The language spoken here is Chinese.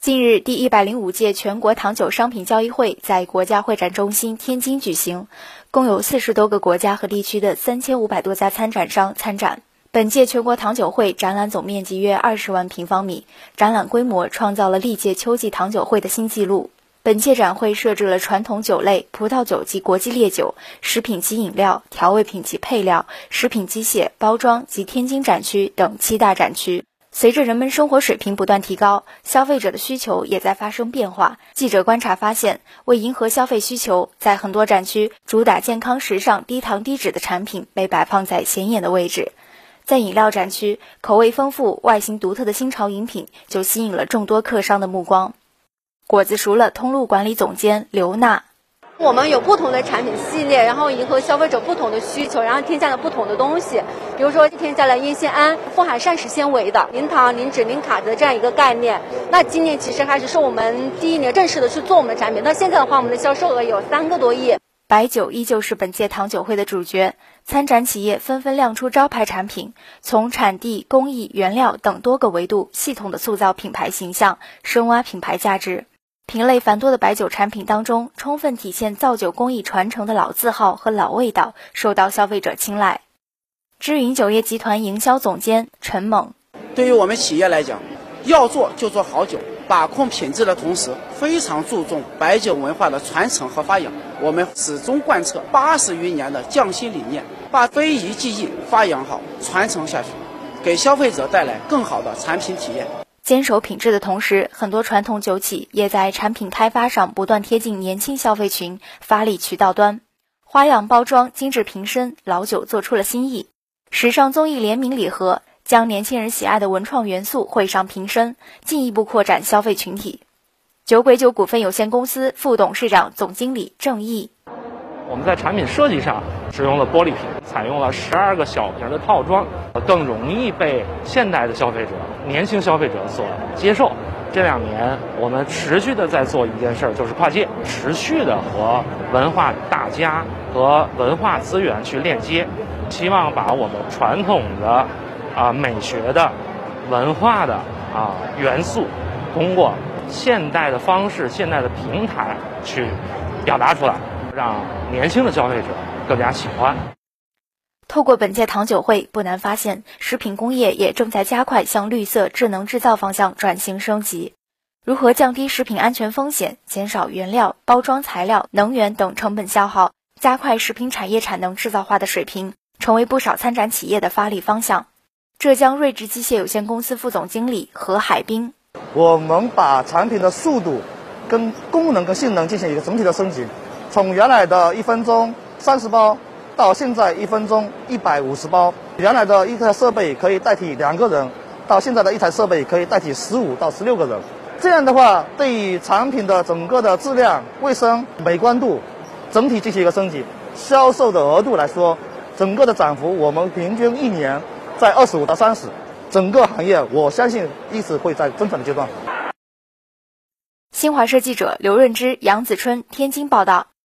近日，第105届全国糖酒商品交易会在国家会展中心天津举行，共有40多个国家和地区的3500多家参展商参展。本届全国糖酒会展览总面积约20万平方米，展览规模创造了历届秋季糖酒会的新纪录。本届展会设置了传统酒类、葡萄酒及国际烈酒、食品及饮料、调味品及配料、食品机械、包装及天津展区等7大展区。随着人们生活水平不断提高，消费者的需求也在发生变化。记者观察发现，为迎合消费需求，在很多展区，主打健康时尚、低糖低脂的产品被摆放在显眼的位置。在饮料展区，口味丰富、外形独特的新潮饮品就吸引了众多客商的目光。果子熟了通路管理总监刘娜。 我们有不同的产品系列，然后迎合消费者不同的需求，然后添加了不同的东西，比如说添加了烟酰胺，富含膳食纤维的，零糖、零脂、零卡的这样一个概念。那今年其实还是我们第1年正式的去做我们的产品，那现在的话，我们的销售额有3个多亿。 白酒依旧是本届糖酒会的主角，参展企业纷纷亮出招牌产品，从产地、工艺、原料等多个维度系统的塑造品牌形象，深挖品牌价值。品类繁多的白酒产品当中，充分体现造酒工艺传承的老字号和老味道，受到消费者青睐。知云酒业集团营销总监陈猛： 对于我们企业来讲，要做就做好酒，把控品质的同时，非常注重白酒文化的传承和发扬。我们始终贯彻80余年的匠心理念，把非遗技艺发扬好，传承下去，给消费者带来更好的产品体验。 坚守品质的同时，很多传统酒企也在产品开发上不断贴近年轻消费群，发力渠道端，花样包装、精致瓶身，老酒做出了新意。时尚综艺联名礼盒，将年轻人喜爱的文创元素绘上瓶身，进一步扩展消费群体。酒鬼酒股份有限公司副董事长、总经理郑毅： 我们在产品设计上使用了玻璃瓶，采用了12个小瓶的套装，更容易被现代的消费者、年轻消费者所接受。这2年我们持续的在做一件事，就是跨界，持续的和文化大家和文化资源去链接，希望把我们传统的美学的文化的元素，通过现代的方式、现代的平台去表达出来，让年轻的消费者更加喜欢。 透过本届糖酒会，不难发现，食品工业也正在加快向绿色智能制造方向转型升级。如何降低食品安全风险，减少原料、包装材料、能源等成本消耗，加快食品产业产能制造化的水平，成为不少参展企业的发力方向。浙江睿智机械有限公司副总经理何海滨： 我们把产品的速度、跟功能、跟性能进行一个整体的升级，从原来的1分钟30包。到现在1分钟150包，原来的一台设备可以代替2个人，到现在的一台设备可以代替15到16个人。这样的话，对于产品的整个的质量、卫生、美观度，整体进行一个升级。销售的额度来说，整个的涨幅我们平均1年在25到30，整个行业我相信一直会在增长的阶段。 新华社记者刘润之、杨子春天津报道。